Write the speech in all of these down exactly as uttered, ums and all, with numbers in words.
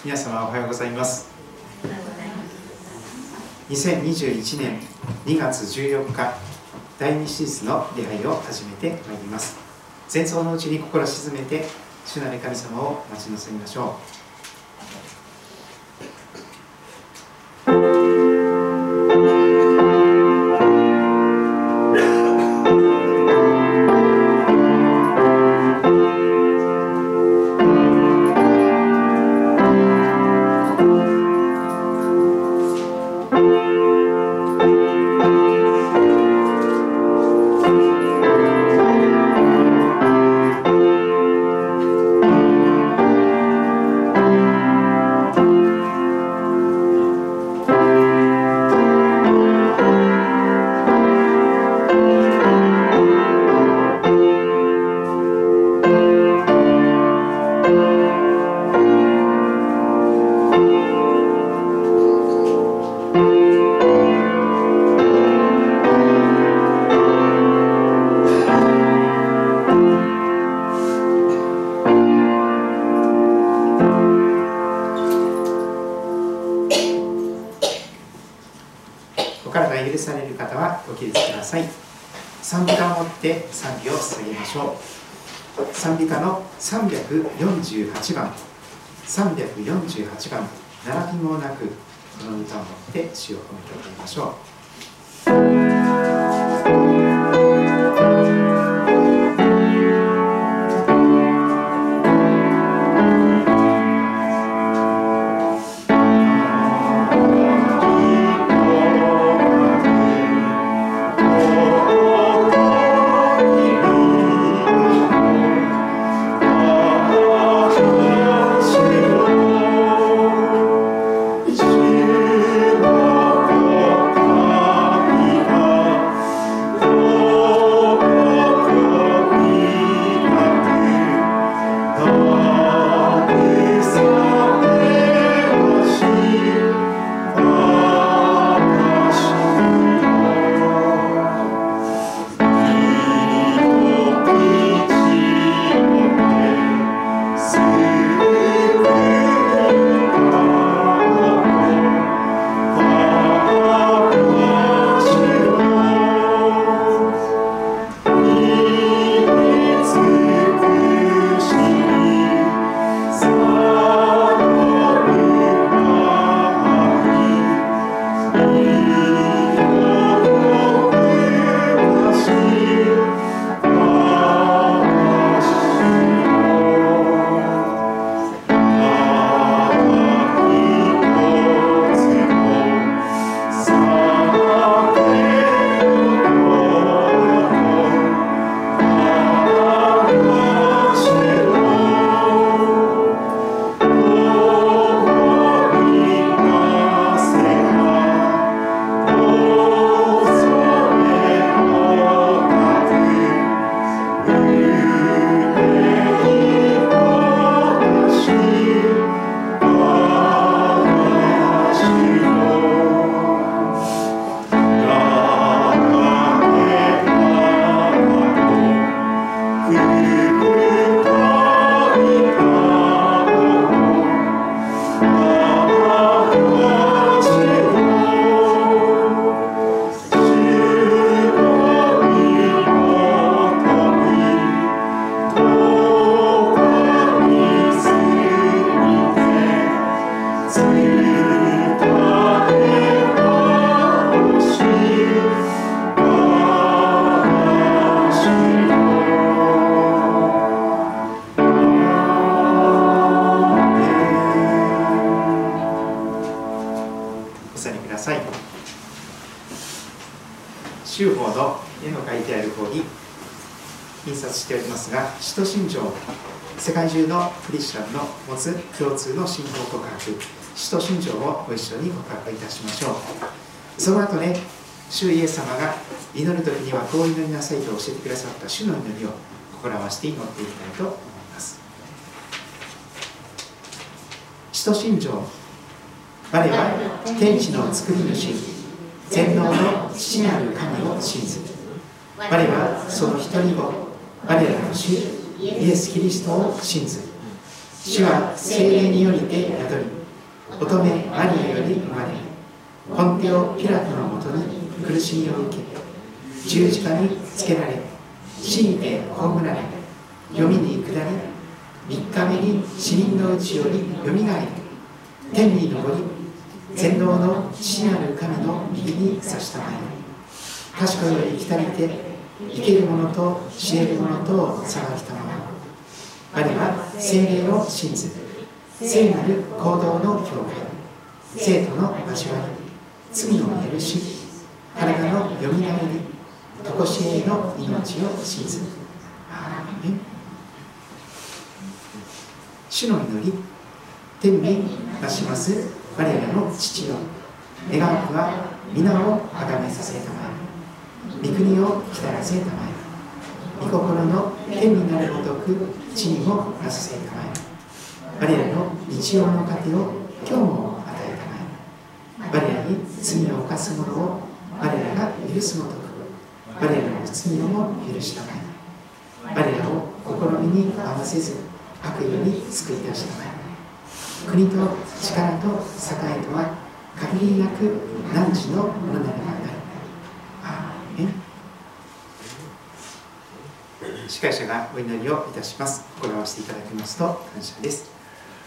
皆様おはようございます。にせんにじゅういちねんにがつじゅうよっか、だいにシーズンの礼拝を始めてまいります。前奏のうちに心を静めて、主なる神様を待ち望みましょう。賛美歌のさんびゃくよんじゅうはちばん、さんびゃくよんじゅうはちばん、並びもなく、この歌をもって主を褒めて踊りましょう。使徒信条、世界中のクリスチャンの持つ共通の信仰告白、使徒信条をご一緒に告白いたしましょう。その後ね、主イエス様が祈るときにはこう祈りなさいと教えてくださった主の祈りを心合わせて祈っていきたいと思います。使徒信条、我は天地の作り主、全能の父なる神を信ず。我はその一人を、我らの主イエス・キリストを信ず。 主は聖霊によりて宿り、乙女マリアより生まれ、ポンテオ・ピラトのもとに苦しみを受け、十字架につけられ、死にて葬られ、読みに下り、三日目に死人のうちよりよみがえり、天に昇り、全能の父なる神の右に差したまえ、賢より来たりて、生ける者と知れる者とを裁きたまま、我は聖霊を信ず、聖なる行動の教会、生徒の交わり、罪の許し、体のよみがえり、とこしえの命を信ず。アーメン。主の祈り。天に出します我らの父よ、願わくは皆をあがめさせたまえ、御国を来たらせたまえ、御心の天になるごとく地にもなさせたまえ、我らの日曜の糧を今日も与えたまえ、我らに罪を犯す者を我らが許すごとく我らの罪をも許したまえ、我らを試みに合わせず悪より救い出したまえ、国と力と栄とは限りなく汝のものなるがなる。アーメン。司会者がお祈りをいたします。心を合わせていただきますと感謝です。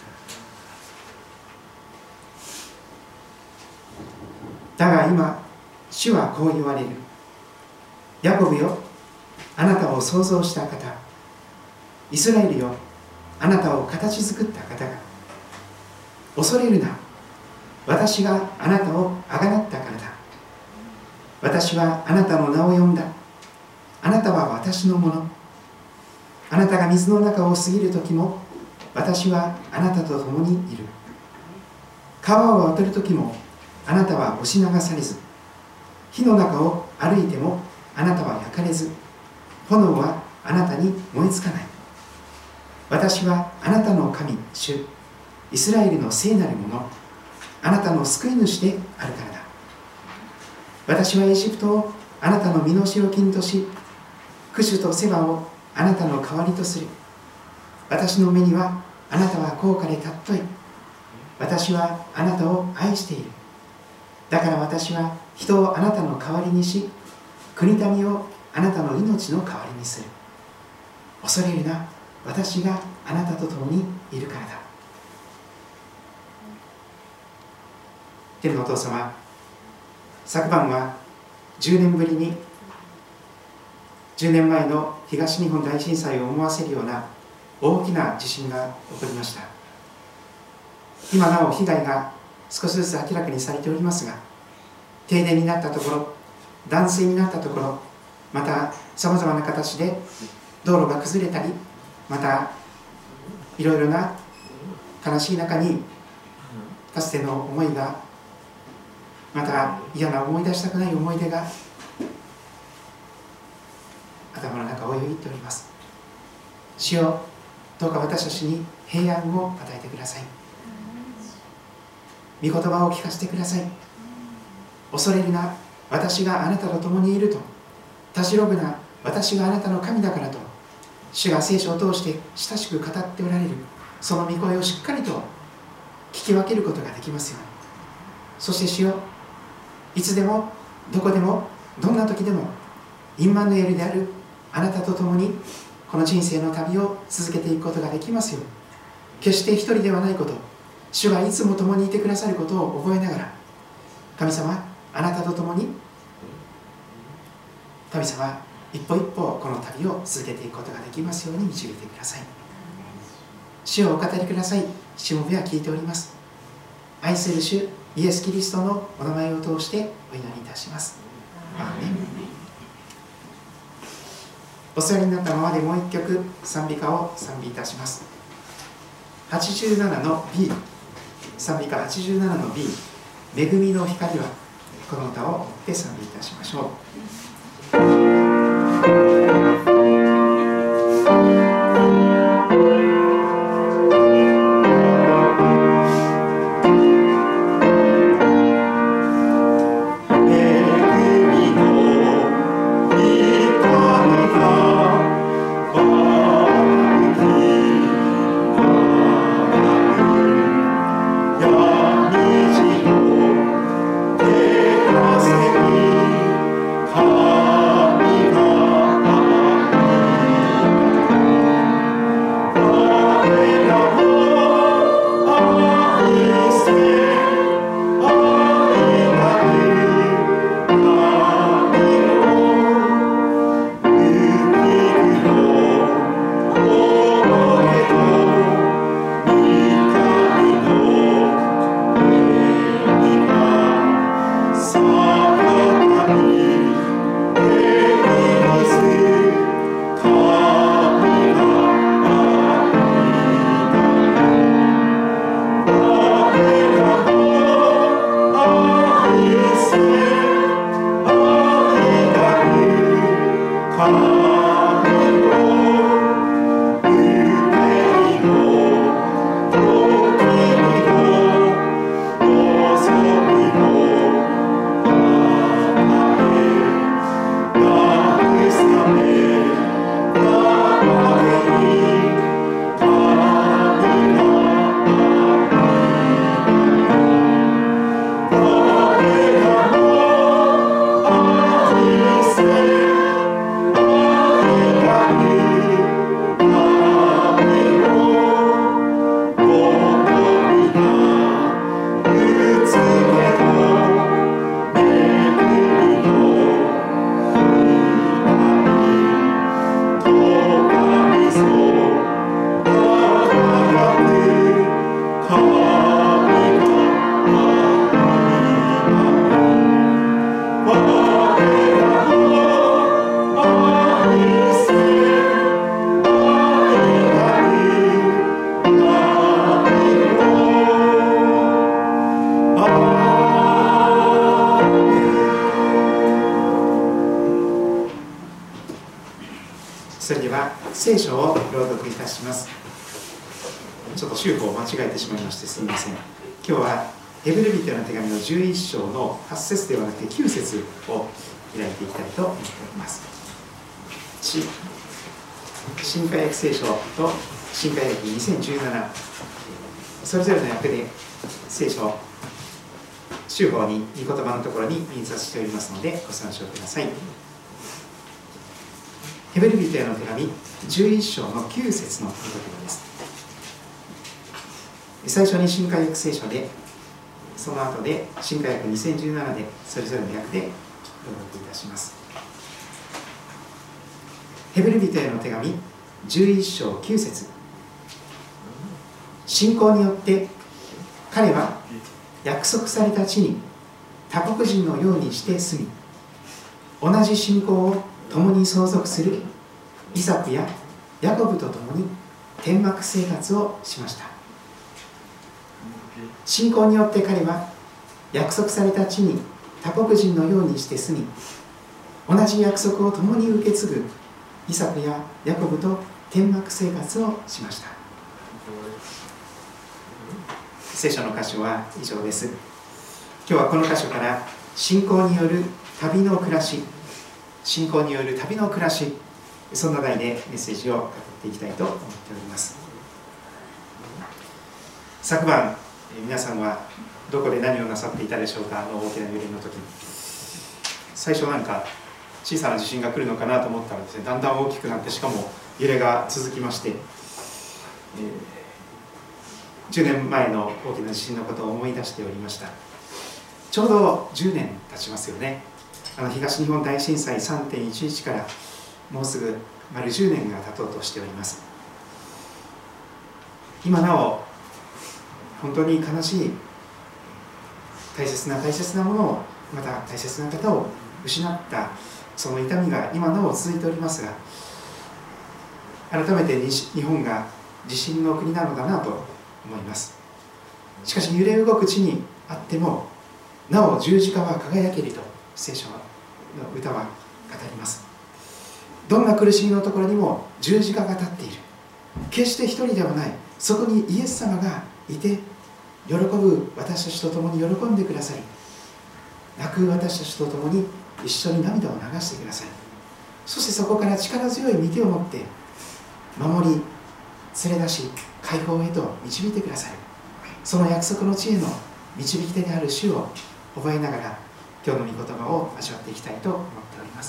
だが今、主はこう言われる。ヤコブよ、あなたを創造した方、イスラエルよ、あなたを形作った方が、恐れるな、私があなたをあがなったからだ。私はあなたの名を呼んだ。あなたは私のもの。あなたが水の中を過ぎるときも、私はあなたと共にいる。川を渡るときも、あなたは押し流されず、火の中を歩いてもあなたは焼かれず、炎はあなたに燃えつかない。私はあなたの神、主、イスラエルの聖なるもの、あなたの救い主であるからだ。私はエジプトをあなたの身代金とし、クシュとセバをあなたの代わりとする。私の目にはあなたは高価で尊い。私はあなたを愛している。だから私は人をあなたの代わりにし、国民をあなたの命の代わりにする。恐れるな、私があなたと共にいるからだ。天のお父様、昨晩はじゅうねんぶりにじゅうねんまえの東日本大震災を思わせるような大きな地震が起こりました。今なお被害が少しずつ明らかにされておりますが、停電になったところ、断水になったところ、またさまざまな形で道路が崩れたり、またいろいろな悲しい中にかつての思いが、また嫌な思い出したくない思い出が頭の中をよぎっております。主よ、どうか私たちに平安を与えてください。御言葉を聞かせてください。恐れるな、私があなたと共にいると。たじろぐな、私があなたの神だからと。主が聖書を通して親しく語っておられる、その御声をしっかりと聞き分けることができますように。そして主よ、いつでもどこでもどんな時でもインマヌエルであるあなたと共にこの人生の旅を続けていくことができますように。決して一人ではないこと、主がいつも共にいてくださることを覚えながら、神様、あなたと共に神様、一歩一歩この旅を続けていくことができますように導いてください。主をお語りください。しもべは聞いております。愛する主イエス・キリストのお名前を通してお祈りいたします。アーメン。お世話になったままでもう一曲賛美歌を賛美いたします。はちじゅうななの ビー、 賛美歌はちじゅうななの ビー、 恵みの光は、この歌を持って賛美いたしましょう。 「 朗読いたします。ちょっと宗法を間違えてしまいましてすみません。今日はヘブル人への手紙のじゅういっ章のはち節ではなくてきゅう節を開いていきたいと思っております。新海訳聖書と新海訳にせんじゅうなな、それぞれの訳で聖書宗法に御言葉のところに印刷しておりますのでご参照ください。ヘブル人への手紙じゅういっ章のきゅう節の御言葉です。最初に新海訳聖書で、その後で新海訳にせんじゅうななでそれぞれの訳で朗読いたします。ヘブル人への手紙じゅういっ章きゅう節。信仰によって彼は約束された地に他国人のようにして住み、同じ信仰を共に相続するイサクやヤコブと共に天幕生活をしました。信仰によって彼は約束された地に他国人のようにして住み、同じ約束を共に受け継ぐイサクやヤコブと天幕生活をしました。聖書の箇所は以上です。今日はこの箇所から信仰による旅の暮らし、信仰による旅の暮らし、そんな題でメッセージを語っていきたいと思っております。昨晩皆さんはどこで何をなさっていたでしょうか。あの大きな揺れの時に最初なんか小さな地震が来るのかなと思ったらですね、だんだん大きくなって、しかも揺れが続きまして、えー、じゅうねんまえの大きな地震のことを思い出しておりました。ちょうどじゅうねん経ちますよね。あの東日本大震災 さんてんいちいち からもうすぐ丸じゅうねんが経とうとしております。今なお本当に悲しい、大切な大切なものを、また大切な方を失ったその痛みが今なお続いておりますが、改めて日本が地震の国なのだなと思います。しかし揺れ動く地にあってもなお十字架は輝けると聖書の歌は語ります。どんな苦しみのところにも十字架が立っている。決して一人ではない。そこにイエス様がいて、喜ぶ私たちと共に喜んでくださり、泣く私たちと共に一緒に涙を流してください。そしてそこから力強い御手を持って守り連れ出し、解放へと導いてください。その約束の地への導き手である主を覚えながら、今日の御言葉を味わっていきたいと思っております。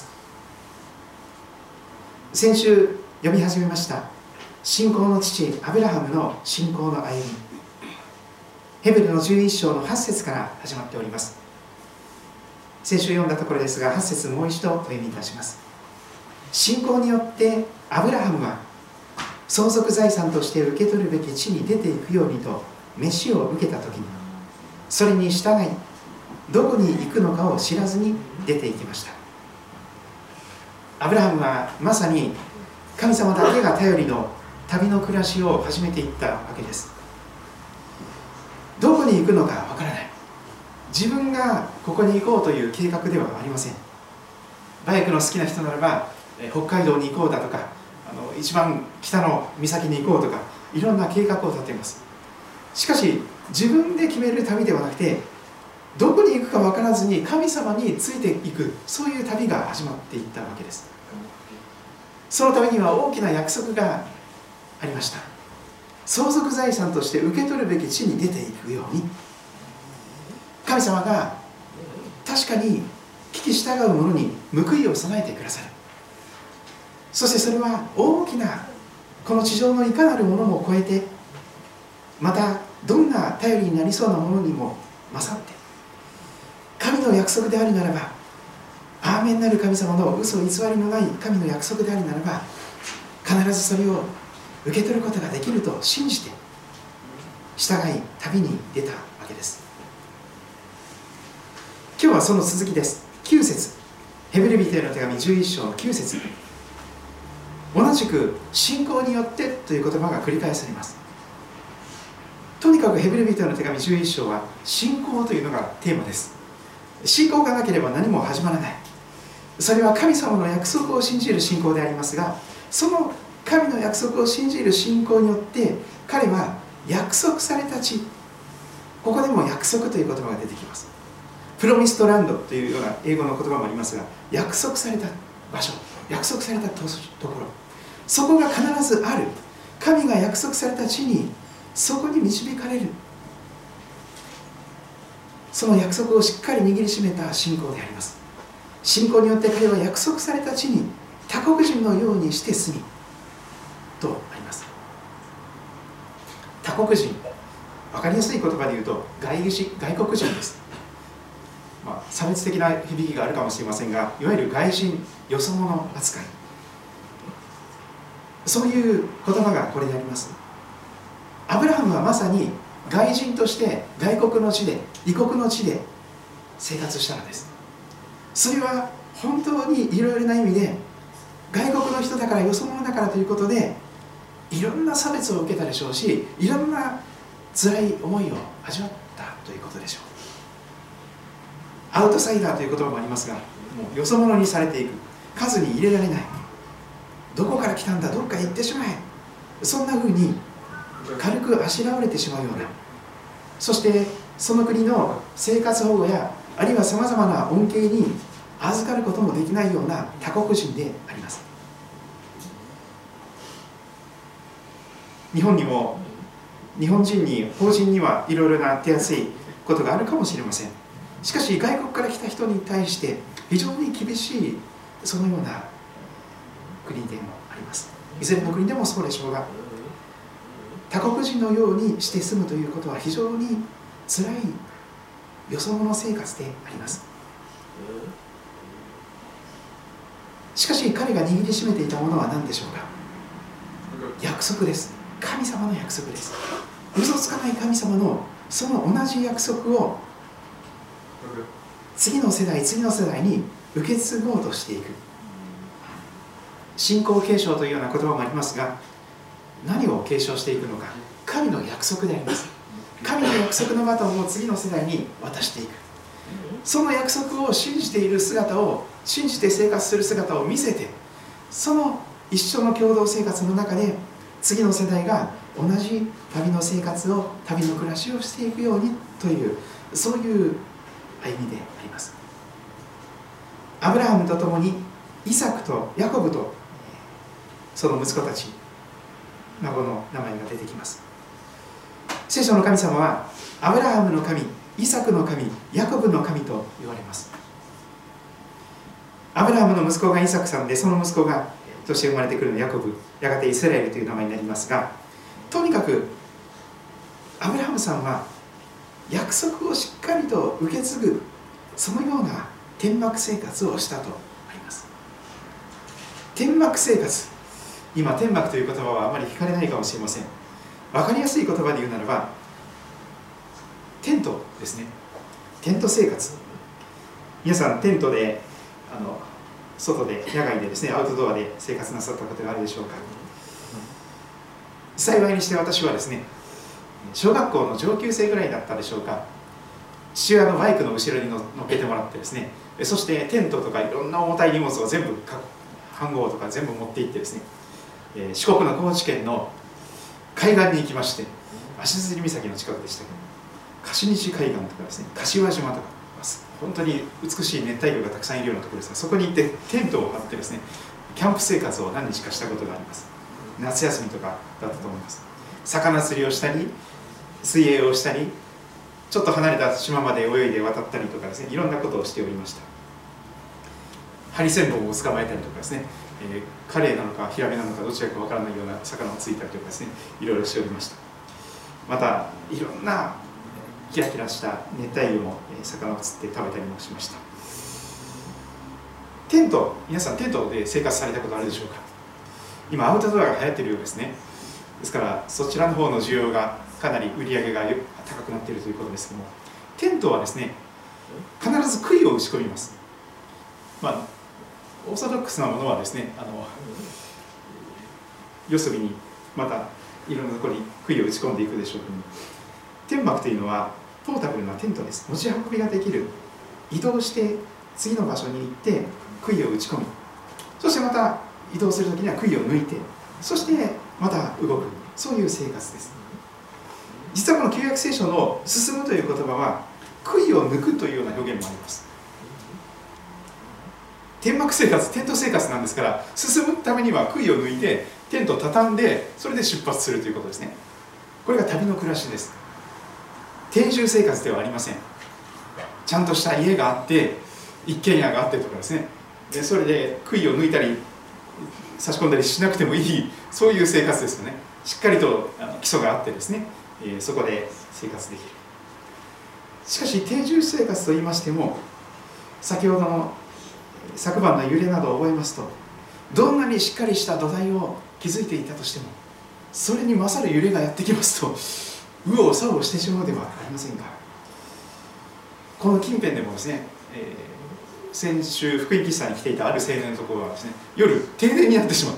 先週読み始めました信仰の父アブラハムの信仰の歩み、ヘブルのじゅういっ章のはち節から始まっております。先週読んだところですが、はち節もう一度お読みいたします。信仰によってアブラハムは相続財産として受け取るべき地に出ていくようにと召しを受けたときに、それに従いどこに行くのかを知らずに出て行きました。アブラハムはまさに神様だけが頼りの旅の暮らしを始めていったわけです。どこに行くのかわからない。自分がここに行こうという計画ではありません。バイクの好きな人ならば北海道に行こうだとか、あの一番北の岬に行こうとか、いろんな計画を立てます。しかし自分で決める旅ではなくて、どこに行くか分からずに神様についていく、そういう旅が始まっていったわけです。そのためには大きな約束がありました。相続財産として受け取るべき地に出ていくように、神様が確かに聞き従う者に報いを備えてくださる。そしてそれは大きなこの地上のいかなるものも超えて、またどんな頼りになりそうなものにも勝って、神の約束であるならば、アーメンなる神様の嘘偽りのない神の約束であるならば、必ずそれを受け取ることができると信じて従い旅に出たわけです。今日はその続きです。きゅう節、ヘブル人への手紙じゅういっ章のきゅう節、同じく信仰によってという言葉が繰り返されます。とにかくヘブル人への手紙じゅういっ章は信仰というのがテーマです。信仰がなければ何も始まらない。それは神様の約束を信じる信仰でありますが、その神の約束を信じる信仰によって彼は約束された地、ここでも約束という言葉が出てきます。プロミストランドというような英語の言葉もありますが、約束された場所、約束されたところ、そこが必ずある。神が約束された地にそこに導かれる、その約束をしっかり握りしめた信仰であります。信仰によって彼は約束された地に他国人のようにして住みとあります。他国人、分かりやすい言葉で言うと外人、外国人です。まあ、差別的な響きがあるかもしれませんが、いわゆる外人、よそ者扱い、そういう言葉がこれであります。アブラハムはまさに外人として外国の地で、異国の地で生活したのです。それは本当にいろいろな意味で外国の人だからよそ者だからということでいろんな差別を受けたでしょうし、いろんな辛い思いを味わったということでしょう。アウトサイダーという言葉もありますが、もうよそ者にされていく、数に入れられない、どこから来たんだ、どっか行ってしまえ、そんなふうに軽くあしらわれてしまうような、そしてその国の生活保護やあるいはさまざまな恩恵に預かることもできないような他国人であります。日本にも日本人に法人にはいろいろな手厚いことがあるかもしれません。しかし外国から来た人に対して非常に厳しいそのような国でもあります。いずれの国でもそうでしょうが、他国人のようにして住むということは非常につらいよそ者生活であります。しかし彼が握りしめていたものは何でしょうか。約束です。神様の約束です。嘘つかない神様のその同じ約束を次の世代次の世代に受け継ごうとしていく。信仰継承というような言葉もありますが、何を継承していくのか、神の約束であります。神の約束のバトンを次の世代に渡していく。その約束を信じている姿を、信じて生活する姿を見せて、その一緒の共同生活の中で次の世代が同じ旅の生活を、旅の暮らしをしていくようにという、そういう歩みであります。アブラハムと共にイサクとヤコブとその息子たち、孫の名前が出てきます。聖書の神様はアブラハムの神、イサクの神、ヤコブの神と言われます。アブラハムの息子がイサクさんで、その息子がとして生まれてくるのヤコブ、やがてイスラエルという名前になりますが、とにかくアブラハムさんは約束をしっかりと受け継ぐ、そのような天幕生活をしたとあります。天幕生活、今天幕という言葉はあまり聞かれないかもしれません。分かりやすい言葉で言うならばテントですね。テント生活、皆さんテントであの外で野外でですね、アウトドアで生活なさったことがあるでしょうか。幸いにして私はですね、小学校の上級生ぐらいだったでしょうか、父親のバイクの後ろに乗っけてもらってですね、そしてテントとかいろんな重たい荷物を全部、飯盒とか全部持って行ってですね、四国の高知県の海岸に行きまして、足摺岬の近くでしたけど、貸西海岸とかですね、柏島とか、本当に美しい熱帯魚がたくさんいるようなところですが、そこに行ってテントを張ってですね、キャンプ生活を何日かしたことがあります。夏休みとかだったと思います。魚釣りをしたり、水泳をしたり、ちょっと離れた島まで泳いで渡ったりとかですね、いろんなことをしておりました。ハリセンボンを捕まえたりとかですね、えー、カレイなのかヒラメなのかどちらかわからないような魚をついたりとかですね、いろいろしておりました。またいろんなキラキラした熱帯魚の魚を釣って食べたりもしました。テント、皆さんテントで生活されたことあるでしょうか。今アウトドアが流行っているようですね。ですからそちらの方の需要がかなり売り上げが高くなっているということですけども、テントはですね、必ず杭を打ち込みます。まあオーソドックスなものはですね、あの四隅にまたいろんなところに杭を打ち込んでいくでしょうけども、天幕というのはポータブルなテントです。持ち運びができる、移動して次の場所に行って杭を打ち込み、そしてまた移動するときには杭を抜いてそしてまた動く、そういう生活です。実はこの旧約聖書の進むという言葉は杭を抜くというような表現もあります。天幕生活、テント生活なんですから、進むためには杭を抜いてテントを畳んで、それで出発するということですね。これが旅の暮らしです。定住生活ではありません。ちゃんとした家があって一軒家があってとかですね、でそれで杭を抜いたり差し込んだりしなくてもいい、そういう生活ですよね。しっかりと基礎があってですね、えー、そこで生活できる。しかし定住生活といいましても、先ほどの昨晩の揺れなどを覚えますと、どんなにしっかりした土台を築いていたとしても、それに勝る揺れがやってきますと右往左往してしまうではありませんか。この近辺でもですね、えー、先週福音喫茶に来ていたある青年のところはですね、夜停電になってしまった。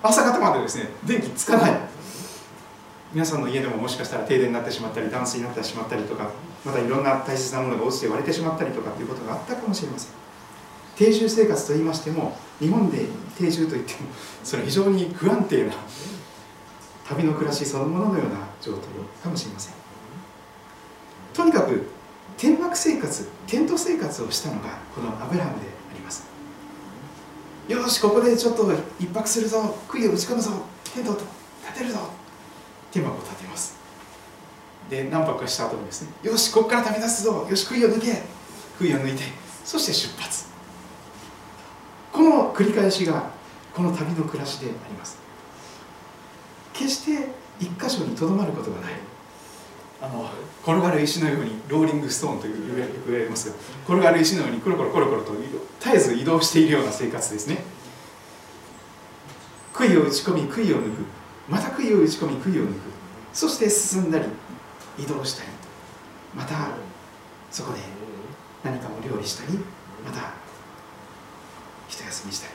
朝方までですね電気つかない。皆さんの家でももしかしたら停電になってしまったり、断水になってしまったりとか、またいろんな大切なものが落ちて割れてしまったりとかということがあったかもしれません。定住生活といいましても、日本で定住といってもそれは非常に不安定な旅の暮らしそのもののような状態かもしれません。とにかく天幕生活、テント生活をしたのがこのアブラハムであります。よし、ここでちょっと一泊するぞ、杭を打ち込むぞ、テントを立てるぞ、天幕を立てます。で何泊かした後にですね、よし、ここから旅立つぞ、よし、杭を抜け、杭を抜いて、そして出発。この繰り返しがこの旅の暮らしであります。決して一箇所にとどまることがない。あの転がる石のようにローリングストーンというよく言われますが、転がる石のようにコロコロコロコロと絶えず移動しているような生活ですね。杭を打ち込み杭を抜く、また杭を打ち込み杭を抜く、そして進んだり移動したり、またそこで何かを料理したり、また一休みしたり。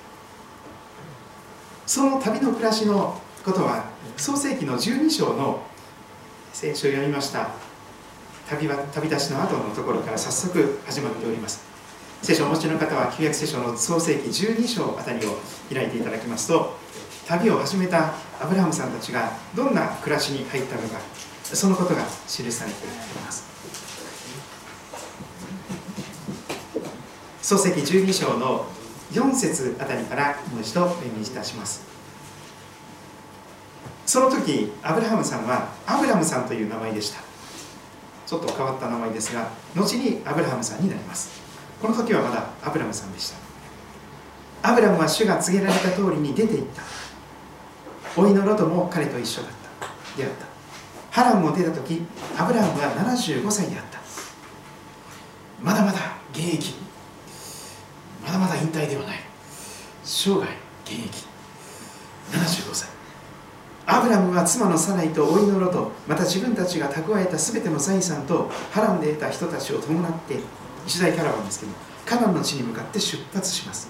その旅の暮らしのことは創世記のじゅうに章の先週読みました旅は旅立ちの後のところから早速始まっております。聖書をお持ちの方は旧約聖書の創世記じゅうに章あたりを開いていただきますと、旅を始めたアブラハムさんたちがどんな暮らしに入ったのか、そのことが記されています。創世記じゅうに章のよん節あたりからもう一度読みいたします。その時アブラハムさんはアブラムさんという名前でした。ちょっと変わった名前ですが、後にアブラハムさんになります。この時はまだアブラムさんでした。アブラムは主が告げられた通りに出て行った。甥のロトも彼と一緒だった。出会った。ハランも出た時、アブラハムはななじゅうごさいであった。まだまだ現役、まだまだ引退ではない、生涯現役、ななじゅうごさい。アブラムは妻のサライと甥のロト、また自分たちが蓄えたすべての財産とハランで得た人たちを伴って一大キャラバンですけど、カナンの地に向かって出発します。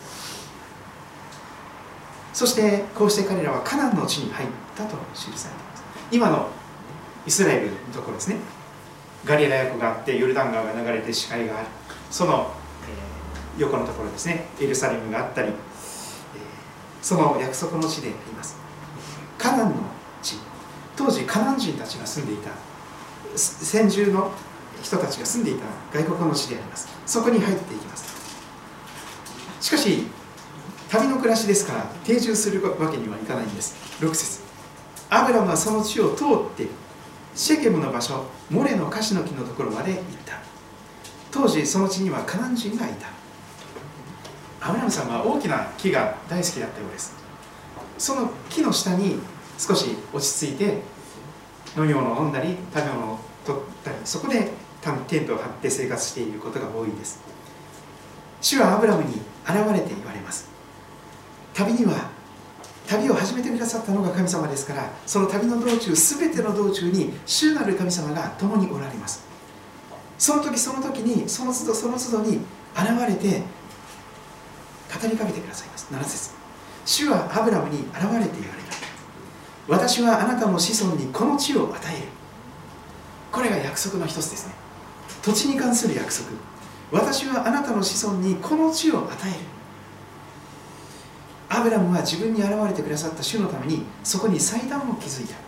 そしてこうして彼らはカナンの地に入ったと記されています。今のイスラエルのところですね。ガリラヤ湖があってヨルダン川が流れて死海がある、その、えー、横のところですね、エルサレムがあったり、えー、その約束の地であります。カナンの地、当時カナン人たちが住んでいた、先住の人たちが住んでいた外国の地であります。そこに入っていきます。しかし旅の暮らしですから定住するわけにはいかないんです。ろく節、アブラムはその地を通ってシェケムの場所、モレのカシの木のところまで行った。当時その地にはカナン人がいた。アブラムさんは大きな木が大好きだったようです。その木の下に少し落ち着いて飲み物を飲んだり食べ物を取ったり、そこでテントを張って生活していることが多いです。主はアブラムに現れて言われます。旅には旅を始めてくださったのが神様ですから、その旅の道中、すべての道中に主なる神様が共におられます。その時その時にその都度その都度に現れて語りかけてくださいます。なな節、主はアブラムに現れて言われた。私はあなたの子孫にこの地を与える。これが約束の一つですね。土地に関する約束。私はあなたの子孫にこの地を与える。アアブラムは自分に現れてくださった主のためにそこに祭壇を築いた。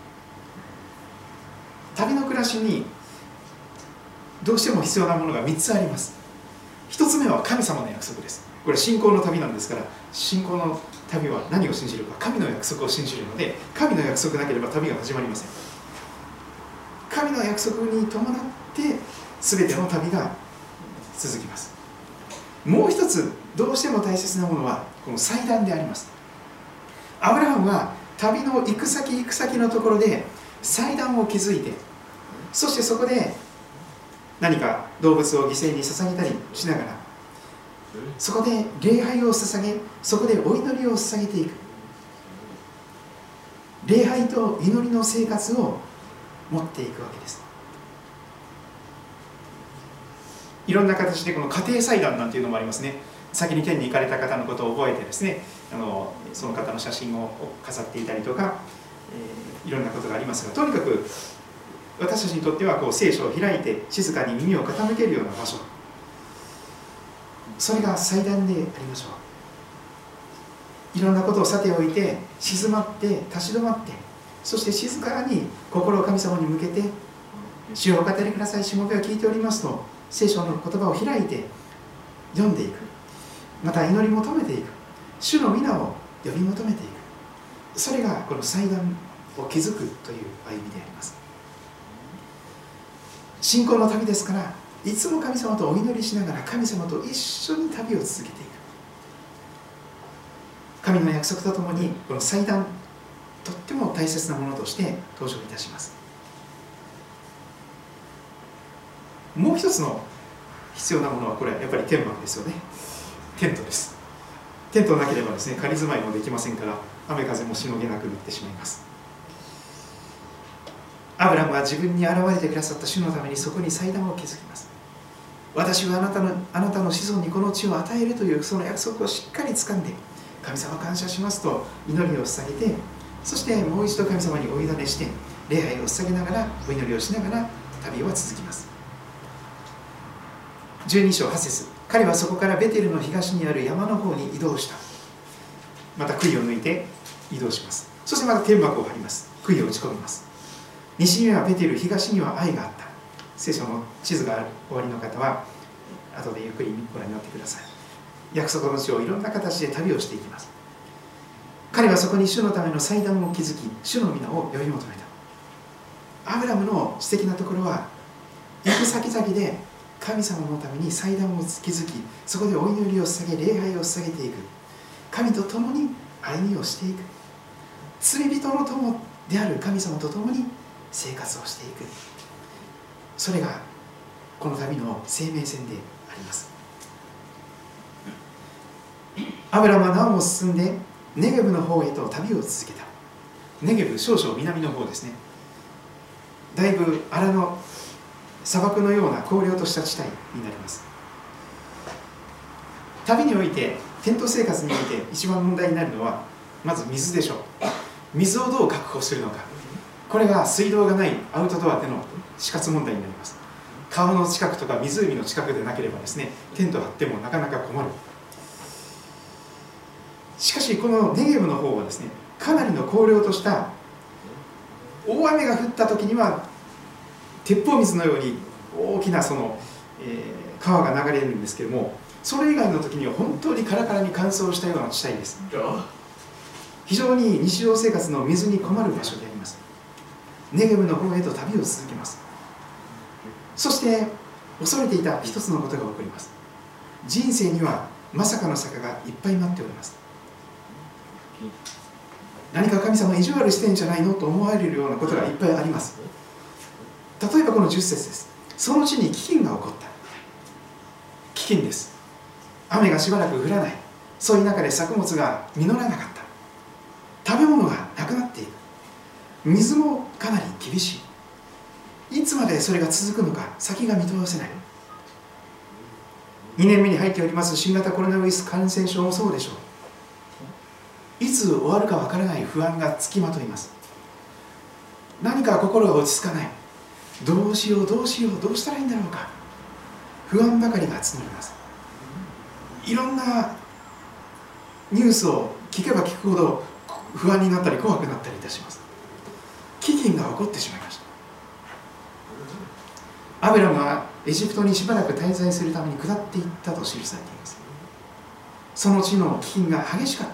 旅の暮らしにどうしても必要なものがみっつあります。ひとつめは神様の約束です。これ信仰の旅なんですから、信仰の旅は何を信じるか、神の約束を信じるので、神の約束なければ旅が始まりません。神の約束に伴って全ての旅が続きます。もう一つどうしても大切なものはこの祭壇であります。アブラハムは旅の行く先行く先のところで祭壇を築いて、そしてそこで何か動物を犠牲に捧げたりしながら、そこで礼拝を捧げ、そこでお祈りを捧げていく。礼拝と祈りの生活を持っていくわけです。いろんな形でこの家庭祭壇なんていうのもありますね。先に天に行かれた方のことを覚えてですね、あのその方の写真を飾っていたりとか、えー、いろんなことがありますが、とにかく私たちにとってはこう聖書を開いて静かに耳を傾けるような場所、それが祭壇でありましょう。いろんなことをさておいて、静まって立ち止まって、そして静かに心を神様に向けて、主をお語りください、しもべは聞いておりますと聖書の言葉を開いて読んでいく。また祈り求めていく。主の皆を呼び求めていく。それがこの祭壇を築くという歩みであります。信仰の旅ですから、いつも神様とお祈りしながら神様と一緒に旅を続けていく。神の約束とともにこの祭壇、とっても大切なものとして登場いたします。もう一つの必要なものは、これはやっぱり天幕ですよね。テントです。テントなければですね、仮住まいもできませんから、雨風もしのげなくなってしまいます。アブラムは自分に現れてくださった主のためにそこに祭壇を築きます。私はあなたのあなたの子孫にこの地を与えるというその約束をしっかり掴んで、神様感謝しますと祈りを捧げて、そしてもう一度神様にお委ねして礼拝を捧げながらお祈りをしながら旅は続きます。じゅうに章はち節、彼はそこからベテルの東にある山の方に移動した。また杭を抜いて移動します。そしてまた天幕を張ります。杭を打ち込みます。西にはベテル、東にはアイがあった。聖書の地図がある終わりの方は後でゆっくりご覧になってください。約束の地をいろんな形で旅をしていきます。彼はそこに主のための祭壇を築き、主の皆を呼び求めた。アブラムの素敵なところは、行く先々で神様のために祭壇を築き、そこでお祈りを捧げ、礼拝を捧げていく。神と共に歩みをしていく。罪人の友である神様と共に生活をしていく。それがこの旅の生命線であります。アブラムはなおも進んでネゲブの方へと旅を続けた。ネゲブ、少々南の方ですね。だいぶ荒の砂漠のような荒涼とした地帯になります。旅において、テント生活において一番問題になるのはまず水でしょう。水をどう確保するのか。これが水道がないアウトドアでの死活問題になります。川の近くとか湖の近くでなければですね、テント張ってもなかなか困る。しかしこのネゲブの方はですね、かなりの荒涼とした大雨が降った時には鉄砲水のように大きなその、えー、川が流れるんですけれども、それ以外の時には本当にカラカラに乾燥したような地帯です。非常に日常生活の水に困る場所であります。ネゲブの方へと旅を続けます。そして恐れていた一つのことが起こります。人生にはまさかの坂がいっぱい待っております。何か神様意地悪してんじゃないのと思われるようなことがいっぱいあります。例えばこのじゅっ節です。その地に飢饉が起こった。飢饉です。雨がしばらく降らない。そういう中で作物が実らなかった。食べ物がなくなっている。水もかなり厳しい。いつまでそれが続くのか先が見通せない。にねんめに入っております新型コロナウイルス感染症もそうでしょう。いつ終わるかわからない不安がつきまといます。何か心が落ち着かない。どうしようどうしようどうしたらいいんだろうか。不安ばかりが募ります。いろんなニュースを聞けば聞くほど不安になったり怖くなったりいたします。飢饉が起こってしまいました。アブラムはエジプトにしばらく滞在するために下っていったと記されています。その地の飢饉が激しかった。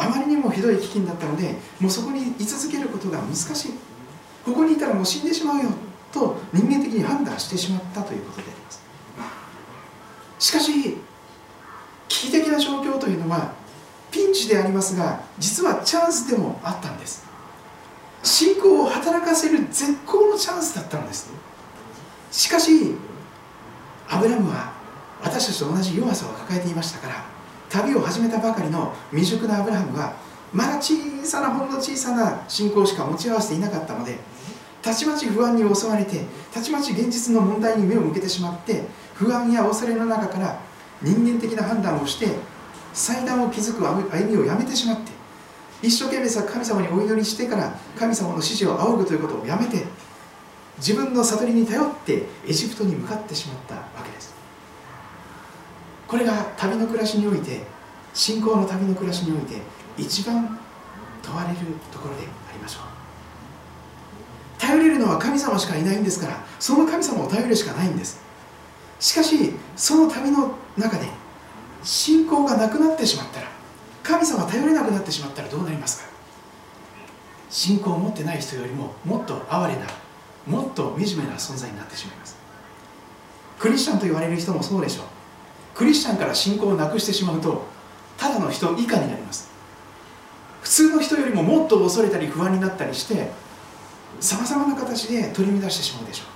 あまりにもひどい飢饉だったので、もうそこに居続けることが難しい。ここにいたらもう死んでしまうよと人間的に判断してしまったということであります。しかし危機的な状況というのはピンチでありますが、実はチャンスでもあったんです。信仰を働かせる絶好のチャンスだったのです。しかしアブラムは私たちと同じ弱さを抱えていましたから、旅を始めたばかりの未熟なアブラハムはまだ小さなほんの小さな信仰しか持ち合わせていなかったので、たちまち不安に襲われて、たちまち現実の問題に目を向けてしまって、不安や恐れの中から人間的な判断をして祭壇を築く歩みをやめてしまって、一生懸命さ神様にお祈りしてから神様の指示を仰ぐということをやめて、自分の悟りに頼ってエジプトに向かってしまったわけです。これが旅の暮らしにおいて、信仰の旅の暮らしにおいて一番問われるところでありましょう。頼れるのは神様しかいないんですから、その神様を頼るしかないんです。しかしその旅の中で信仰がなくなってしまったら、神様頼れなくなってしまったらどうなりますか。信仰を持ってない人よりももっと哀れな、もっと惨めな存在になってしまいます。クリスチャンと言われる人もそうでしょう。クリスチャンから信仰をなくしてしまうと、ただの人以下になります。普通の人よりももっと恐れたり不安になったりして、さまざまな形で取り乱してしまうでしょう。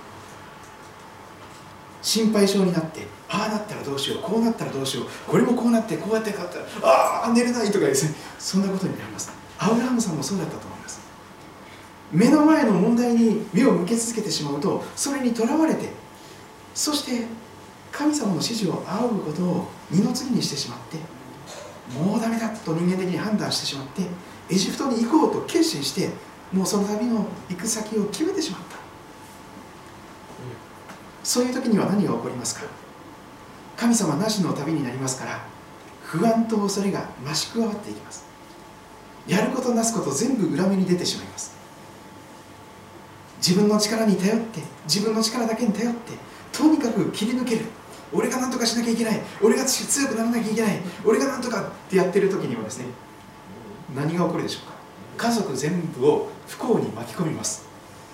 心配性になって、ああなったらどうしよう、こうなったらどうしよう、これもこうなってこうやって買ったらああ寝れないとかですね、そんなことになります。アブラハムさんもそうだったと思います。目の前の問題に目を向け続けてしまうと、それにとらわれて、そして神様の指示を仰ぐことを二の次にしてしまって、もうダメだと人間的に判断してしまって、エジプトに行こうと決心して、もうその旅の行く先を決めてしまった。そういう時には何が起こりますか。神様なしの旅になりますから、不安と恐れが増し加わっていきます。やることなすこと全部裏目に出てしまいます。自分の力に頼って、自分の力だけに頼って、とにかく切り抜ける。俺が何とかしなきゃいけない、俺が強くならなきゃいけない、俺が何とかってやってる時にはですね、何が起こるでしょうか。家族全部を不幸に巻き込みます。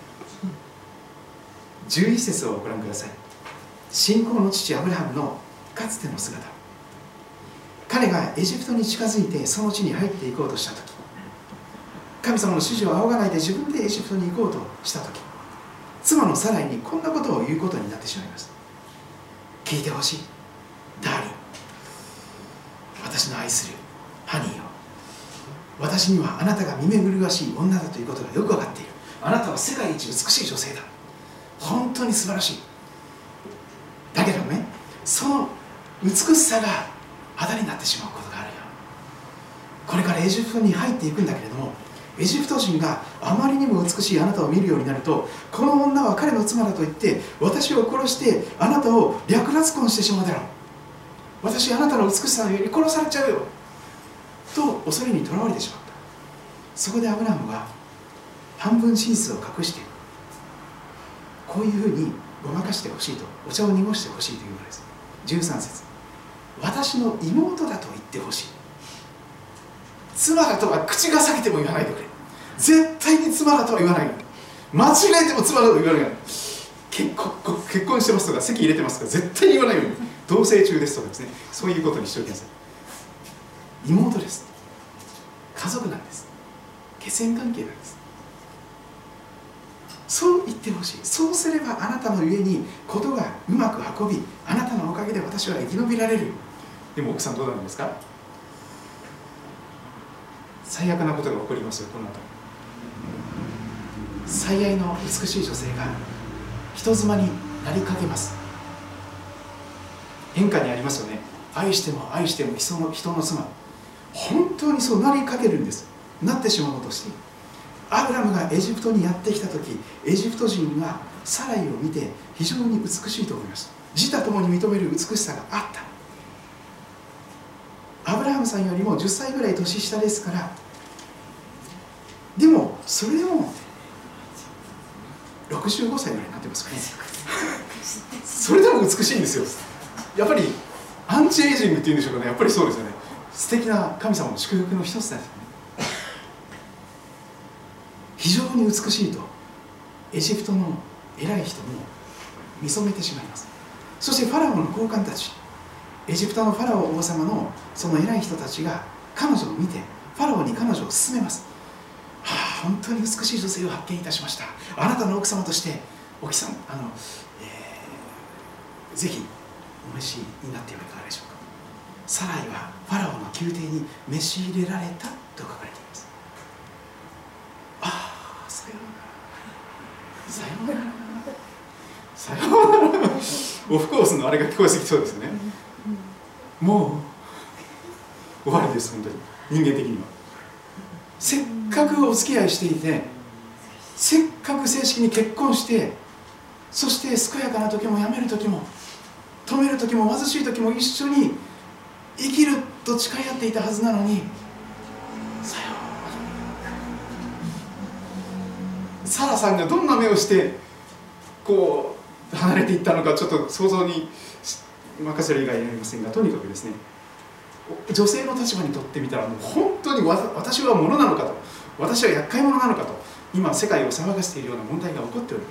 じゅういち節をご覧ください。信仰の父アブラハムのかつての姿。彼がエジプトに近づいてその地に入っていこうとした時、神様の指示を仰がないで自分でエジプトに行こうとした時、妻のサライにこんなことを言うことになってしまいます。聞いてほしい、ダーリン、私の愛するハニーよ、私にはあなたが見目麗しい女だということがよく分かっている。あなたは世界一美しい女性だ。本当に素晴らしい。だけどね、その美しさがあだになってしまうことがあるよ。これからエジプトに入っていくんだけれども、エジプト人があまりにも美しいあなたを見るようになると、この女は彼の妻だと言って私を殺してあなたを略奪婚してしまうだろう。私あなたの美しさのように殺されちゃうよと恐れにとらわれてしまった。そこでアブラハムは半分真実を隠して、こういうふうにごまかしてほしいと、お茶を濁してほしいというのです。じゅうさん節、私の妹だと言ってほしい。妻だとは口が裂けても言わないでくれ。絶対に妻だとは言わない。間違えても妻だと言わない。結婚、結婚してますとか籍入れてますとか絶対に言わないように。同棲中ですとかですね、そういうことにしておきなさい。妹です。家族なんです。血縁関係なんです。そう言ってほしい。そうすればあなたのゆえにことがうまく運び、あなたのおかげで私は生き延びられる。でも奥さんどうなるんですか。最悪なことが起こりますよ。この後最愛の美しい女性が人妻になりかけます。演歌にありますよね。愛しても愛しても人の人の妻。本当にそうなりかけるんです。なってしまおうとしている。アブラムがエジプトにやってきた時、エジプト人がサライを見て非常に美しいと思いました。自他ともに認める美しさがあった。アブラハムムさんよりもじゅっさいぐらい年下ですから、でもそれでもろくじゅうごさいぐらいになってますかね。それでも美しいんですよ。やっぱりアンチエイジングっていうんでしょうかね。やっぱりそうですよね。素敵な神様の祝福の一つですよね。非常に美しいとエジプトの偉い人も見初めてしまいます。そしてファラオの高官たち、エジプトのファラオ王様のその偉い人たちが彼女を見て、ファラオに彼女を勧めます。はあ、本当に美しい女性を発見いたしました。あなたの奥様としておきさん、あの、えー、ぜひお召しになってはいかがでしょうか。サライはファラオの宮廷に召し入れられたと書かれています。ああ、さようなら、さようなら、さようなら。オフコースのあれが聞こえすぎそうですね。もう終わりです、本当に。人間的にはせっかくお付き合いしていて、せっかく正式に結婚して、そして健やかな時も病める時も富める時も貧しい時も一緒に生きると誓い合っていたはずなのに、さよう、サラさんがどんな目をしてこう離れていったのか、ちょっと想像に任せる以外にありませんが、とにかくですね、女性の立場にとってみたら、もう本当に私は物なのかと、私は厄介者なのかと、今世界を騒がせているような問題が起こっております。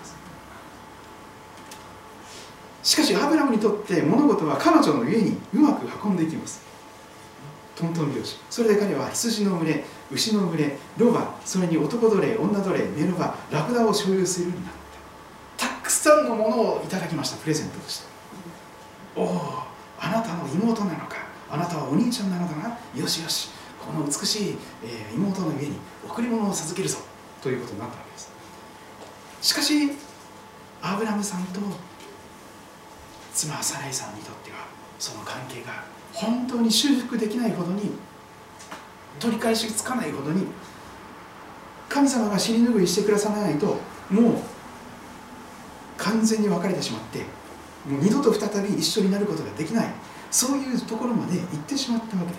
しかしアブラムにとって物事は彼女の家にうまく運んでいきます。トントン拍子。それで彼は羊の群れ、牛の群れ、ロバ、それに男奴隷、女奴隷、メロバ、ラクダを所有するようになった。たくさんのものをいただきました。プレゼントとして。おお、あなたの妹なのか、あなたはお兄ちゃんなのだな、よしよし、この美しい、えー、妹の家に贈り物を授けるぞということになったわけです。しかしアブラムさんと妻サライさんにとっては、その関係が本当に修復できないほどに、取り返しつかないほどに、神様が尻拭いしてくださらないと、もう完全に別れてしまって、もう二度と再び一緒になることができない、そういうところまで行ってしまったわけです。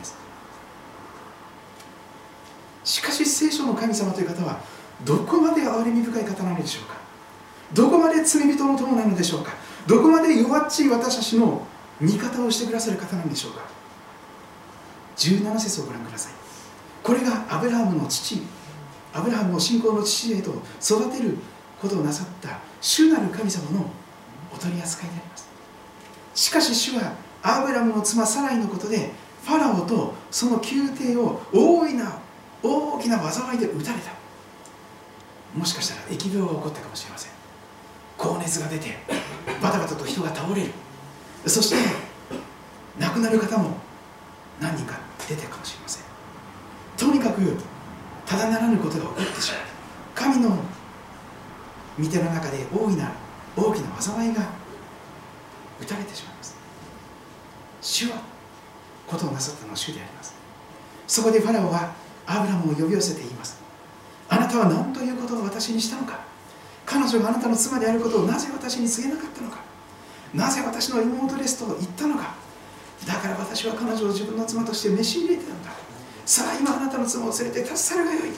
しかし聖書の神様という方はどこまで憐れみ深い方なのでしょうか。どこまで罪人の友なのでしょうか。どこまで弱っちい私たちの味方をしてくださる方なんでしょうか。じゅうなな節をご覧ください。これがアブラハムの父、アブラハムを信仰の父へと育てることをなさった主なる神様のお取り扱いであります。しかし主はアブラムの妻サライのことで、ファラオとその宮廷を大いな大きな災いで打たれた。もしかしたら疫病が起こったかもしれません。高熱が出てバタバタと人が倒れる、そして亡くなる方も何人か出てるかもしれません。とにかくただならぬことが起こってしまう。神の御手の中で大いな大きな災いが打たれてしまいます。主はことをなさったのは主であります。そこでファラオはアブラムを呼び寄せて言います。あなたは何ということを私にしたのか。彼女があなたの妻であることをなぜ私に告げなかったのか。なぜ私の妹ですと言ったのか。だから私は彼女を自分の妻として召し入れてたんだ。さあ今あなたの妻を連れて立ち去るがよい。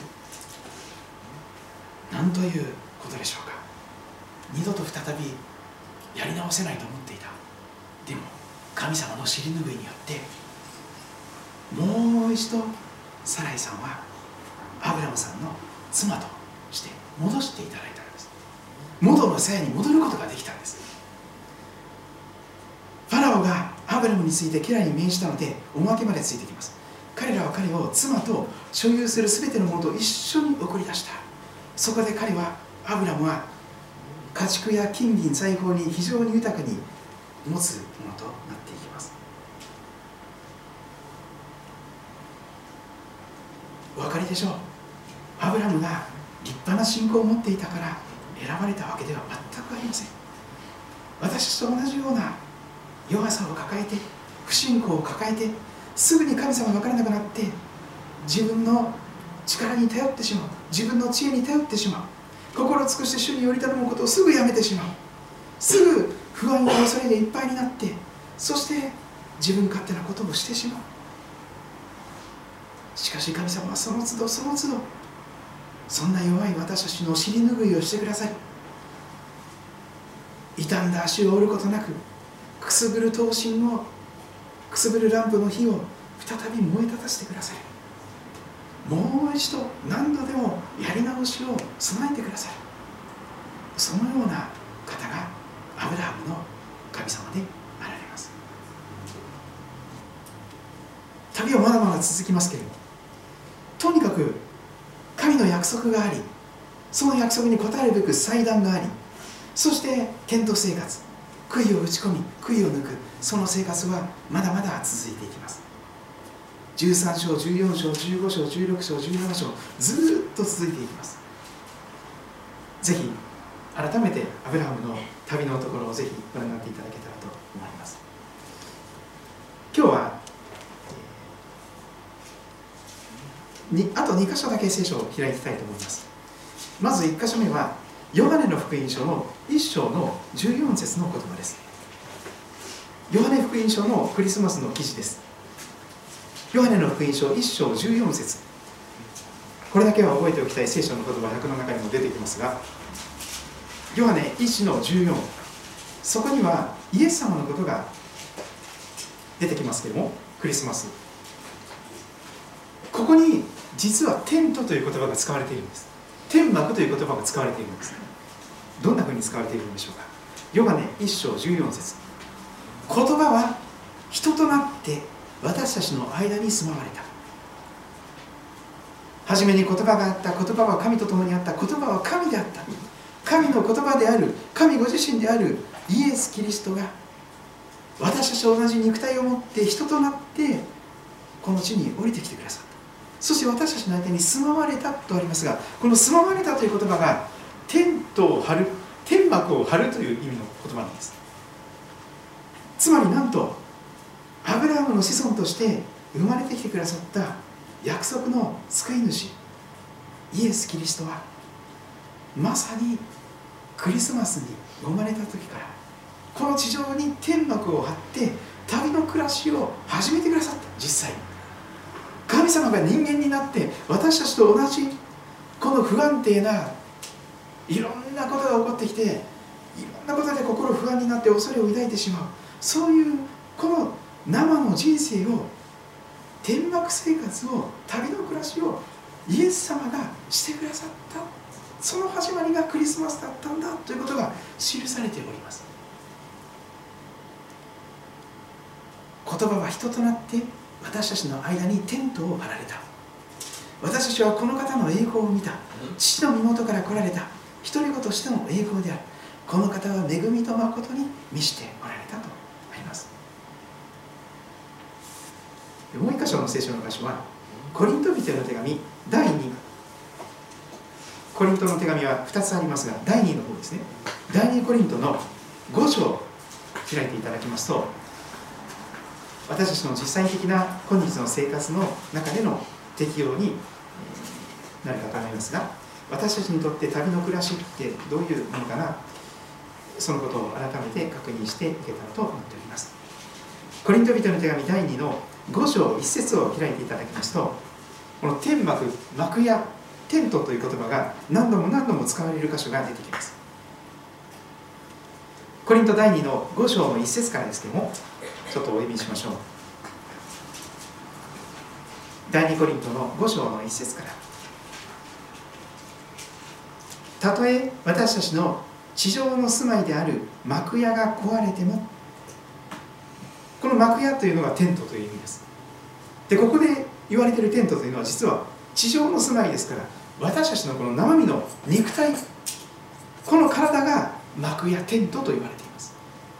何ということでしょうか。二度と再びやり直せないと思っていた。でも神様の尻拭いによってもう一度サライさんはアブラムさんの妻として戻していただいたのです。元の鞘に戻ることができたんです。ファラオがアブラムについて家来に命じたので、おまけまでついてきます。彼らは彼を妻と所有するすべてのものと一緒に送り出した。そこで彼はアブラムは家畜や金銀財宝に非常に豊かに持つものとなっていきます。お分かりでしょう。アブラムが立派な信仰を持っていたから選ばれたわけでは全くありません。私たちと同じような弱さを抱えて、不信仰を抱えて、すぐに神様が分からなくなって自分の力に頼ってしまう、自分の知恵に頼ってしまう、心を尽くして主により頼むことをすぐやめてしまう、すぐ不安や恐れでいっぱいになって、そして自分勝手なことをしてしまう。 しかし神様はその都度その都度、そんな弱い私たちの尻拭いをしてください。傷んだ足を折ることなく、くすぶる刀身を、くすぶるランプの火を再び燃え立たせてください。もう一度何度でもやり直しを備えてください。そのような方がアブラハムの神様であられます。旅はまだまだ続きますけれども、とにかく神の約束があり、その約束に応えるべく祭壇があり、そしてテント生活、杭を打ち込み杭を抜く、その生活はまだまだ続いていきます。じゅうさん章、じゅうよん章、じゅうご章、じゅうろく章、じゅうなな章、ずっと続いていきます。ぜひ改めてアブラハムの旅のところをぜひご覧になっていただけたらと思います。今日はにあとに箇所だけ聖書を開きたいと思います。まずいっ箇所目はヨハネの福音書のいっ章のじゅうよん節の言葉です。ヨハネ福音書のクリスマスの記事です。ヨハネの福音書いっ章じゅうよん節、これだけは覚えておきたい聖書の言葉、訳の中にも出てきますが、ヨハネいちのじゅうよん、そこにはイエス様のことが出てきますけれども、クリスマス、ここに実はテントという言葉が使われているんです。天幕という言葉が使われているんです。どんなふうに使われているんでしょうか。ヨハネいっ章じゅうよん節、言葉は人となって私たちの間に住まわれた。初めに言葉があった、言葉は神と共にあった、言葉は神であった。神の言葉である、神ご自身であるイエス・キリストが私たちと同じ肉体を持って人となってこの地に降りてきてくださった。そして私たちの間に住まわれたとありますが、この住まわれたという言葉がテントを張る、天幕を張るという意味の言葉なんです。つまりなんとアブラハムの子孫として生まれてきてくださった約束の救い主イエス・キリストはまさにクリスマスに生まれた時からこの地上に天幕を張って旅の暮らしを始めてくださった。実際神様が人間になって私たちと同じこの不安定ないろんなことが起こってきて、いろんなことで心不安になって恐れを抱いてしまう、そういうこの生の人生を、天幕生活を、旅の暮らしをイエス様がしてくださった、その始まりがクリスマスだったんだということが記されております。言葉は人となって私たちの間にテントを張られた。私たちはこの方の栄光を見た。父の身元から来られた独り子としての栄光である。この方は恵みと誠に満ちておられたとあります。もう一箇所の聖書の箇所はコリント人への手紙だいに、コリントの手紙はふたつありますが、だいにの方ですね。だいにコリントのご章を開いていただきますと、私たちの実際的な今日の生活の中での適用になるかと思いますが、私たちにとって旅の暮らしってどういうものかな、そのことを改めて確認していけたらと思っております。コリント人の手紙だいにのご章いち節を開いていただきますと、この天幕、幕やテントという言葉が何度も何度も使われる箇所が出てきます。コリントだいにのご章のいち節からですけども、ちょっとお読みしましょう。だいにコリントのご章のいち節から、たとえ私たちの地上の住まいである幕屋が壊れても、この幕屋というのがテントという意味です。で、ここで言われているテントというのは実は地上の住まいですから、私たちのこの生身の肉体、この体が幕屋、テントと言われています。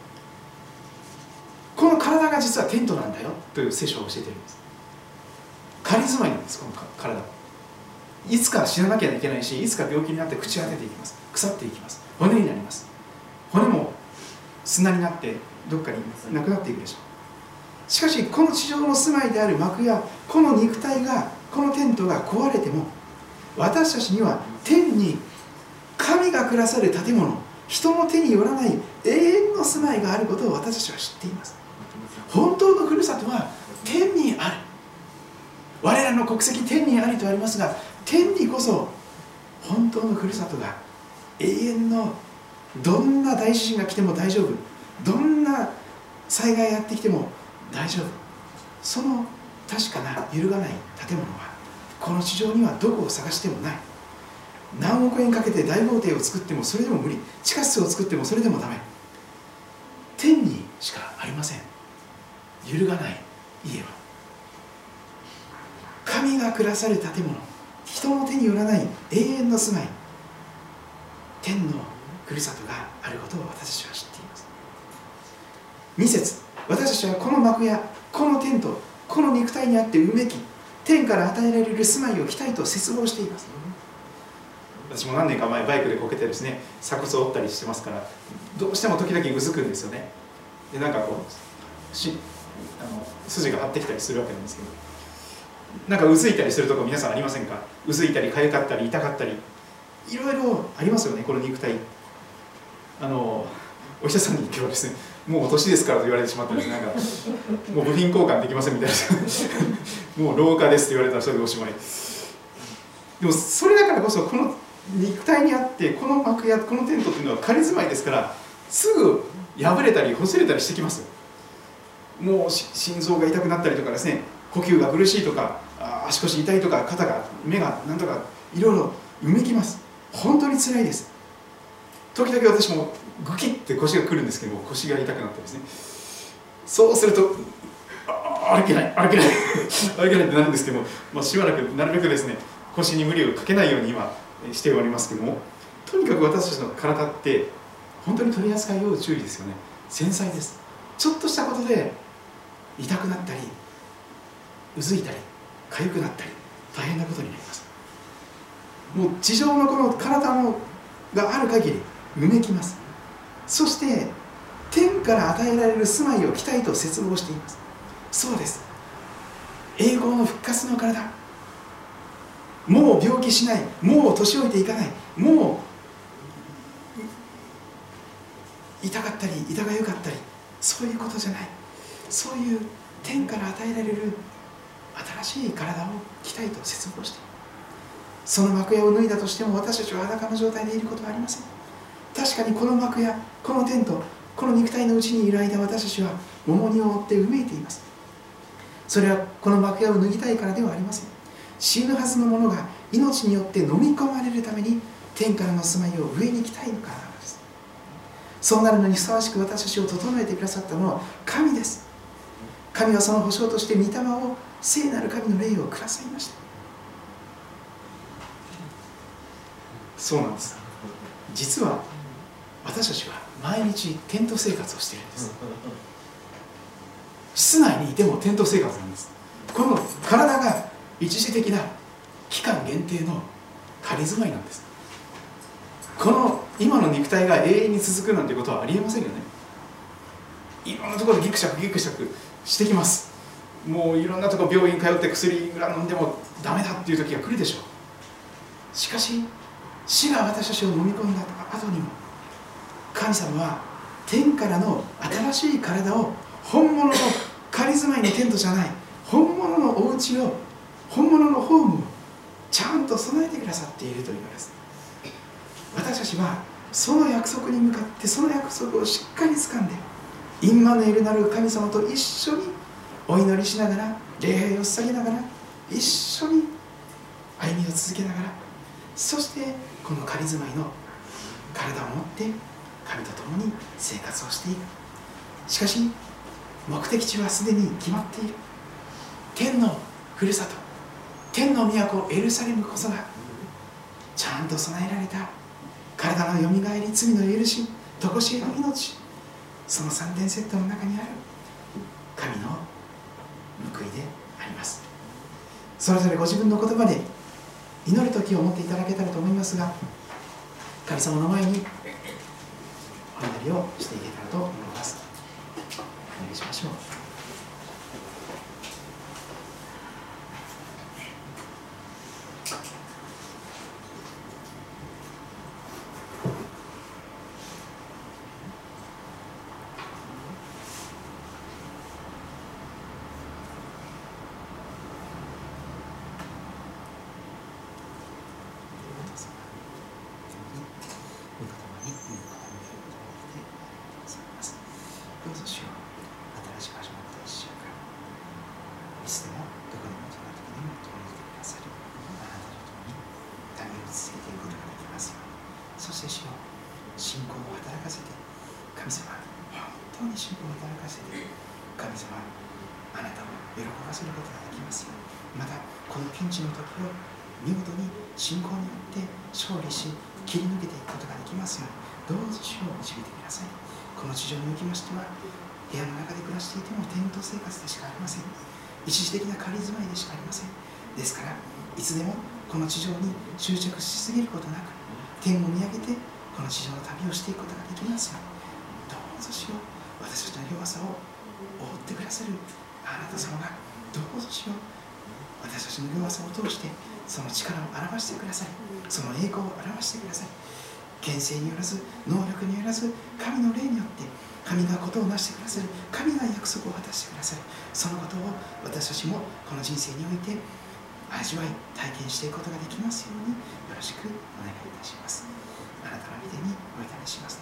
この体が実はテントなんだよという聖書を教えているんです。仮住まいなんです、この体は。いつか死ななきゃいけないし、いつか病気になって朽ち果てていきます。腐っていきます。骨になります。骨も砂になってどっかになくなっていくでしょう。しかしこの地上の住まいである幕やこの肉体が、このテントが壊れても、私たちには天に神が暮らされる建物、人の手によらない永遠の住まいがあることを私たちは知っています。本当のふるさとは天にある。 我らの国籍天にありとありますが、天にこそ本当のふるさとが、永遠のどんな大地震が来ても大丈夫、どんな災害がやってきても大丈夫、その確かな揺るがない建物はこの地上にはどこを探してもない。何億円かけて大豪邸を作ってもそれでも無理、地下室を作ってもそれでもダメ。天にしかありません。揺るがない家は、神が暮らされる建物、人の手によらない永遠の住まい、天のふるさとがあることを私たちは知っています。に節、私たちはこの幕やこの天とこの肉体にあってうめき、天から与えられる住まいを期待と切望しています。私も何年か前バイクでこけてですね、鎖骨を折ったりしてますから、どうしても時々うずくんですよね。でなんかこうしあの筋が張ってきたりするわけなんですけど、なんかうずいたりするとこ皆さんありませんか？うずいたり痒かったり痛かったりいろいろありますよね、この肉体。あのお医者さんに行けばですね、もうお年ですからと言われてしまったんです。なんかもう部品交換できませんみたいなもう老化ですと言われたらそれでおしまい。でもそれだからこそ、この肉体にあってこの幕やこのテントっていうのは仮住まいですから、すぐ破れたり擦れたりしてきます。もう心臓が痛くなったりとかですね、呼吸が苦しいとか、足腰痛いとか、肩が目がなんとかいろいろうめきます。本当につらいです。時々私もグキッて腰がくるんですけども、腰が痛くなってですね、そうすると歩けない歩けない歩けないってなるんですけども、まあ、しばらくなるべくですね腰に無理をかけないように今しておりますけども、とにかく私たちの体って本当に取り扱い要注意ですよね。繊細です。ちょっとしたことで痛くなったりうずいたり痒くなったり大変なことになります。もう地上のこの体のがある限りうめきます。そして天から与えられる住まいを期待と切望しています。そうです、栄光の復活の体、もう病気しない、もう年老いていかない、もう痛かったり痛がゆかったり、そういうことじゃない。そういう天から与えられる新しい体を期待と切望している。その幕屋を脱いだとしても私たちは裸の状態でいることはありません。確かにこの幕屋、このテント、この肉体のうちにいる間、私たちは重荷を負ってうめいています。それはこの幕屋を脱ぎたいからではありません。死ぬはずのものが命によって飲み込まれるために天からの住まいを上に行きたいのからなのです。そうなるのにふさわしく私たちを整えてくださったのは神です。神はその保証として御霊を、聖なる神の霊をくださいました。そうなんです。実は私たちは毎日テント生活をしているんです。室内にいてもテント生活なんです。この体が一時的な期間限定の仮住まいなんです。この今の肉体が永遠に続くなんてことはありえませんよね。いろんなところでギクシャクギクシャクしてきます。もういろんなところ病院通って薬が飲んでもダメだっていう時が来るでしょう。しかし死が私たちを飲み込んだ後にも神様は天からの新しい体を、本物の仮住まいのテントじゃない本物のお家を、本物のホームをちゃんと備えてくださっているというのです。私たちはその約束に向かってその約束をしっかり掴んで、インマヌエルなる神様と一緒にお祈りしながら、礼拝を捧げながら、一緒に歩みを続けながら、そしてこの仮住まいの体を持って神と共に生活をしていく。しかし目的地はすでに決まっている。天のふるさと、天の都エルサレムこそがちゃんと備えられた体のよみがえり、罪の許し、常しえの命、そのさんてんセットの中にある神の報いであります。それぞれご自分の言葉で祈る時を持っていただけたらと思いますが、神様の前にお祈りをしていけたらと思います。お願いしましょう。 して主よ、信仰を働かせて、神様、本当に信仰を働かせて、神様、あなたを喜ばせることができますよ。またこのピンチの時を見事に信仰によって勝利し、切り抜けていくことができますように、どうぞ主を導いてください。この地上におきましては、部屋の中で暮らしていてもテント生活でしかありません。一時的な仮住まいでしかありません。ですからいつでもこの地上に執着しすぎることなく、天を見上げてこの地上の旅をしていくことができますように、どうぞ主よ、私たちの弱さを覆ってくださるあなた様が、どうぞ主よ、私たちの弱さを通してその力を表してください。その栄光を表してください。権勢によらず、能力によらず、神の霊によって神がことを成してくださる、神が約束を果たしてくださる、そのことを私たちもこの人生において味わい体験していくことができますように、よろしくお願いいたします。あなたの御手にお委ねします。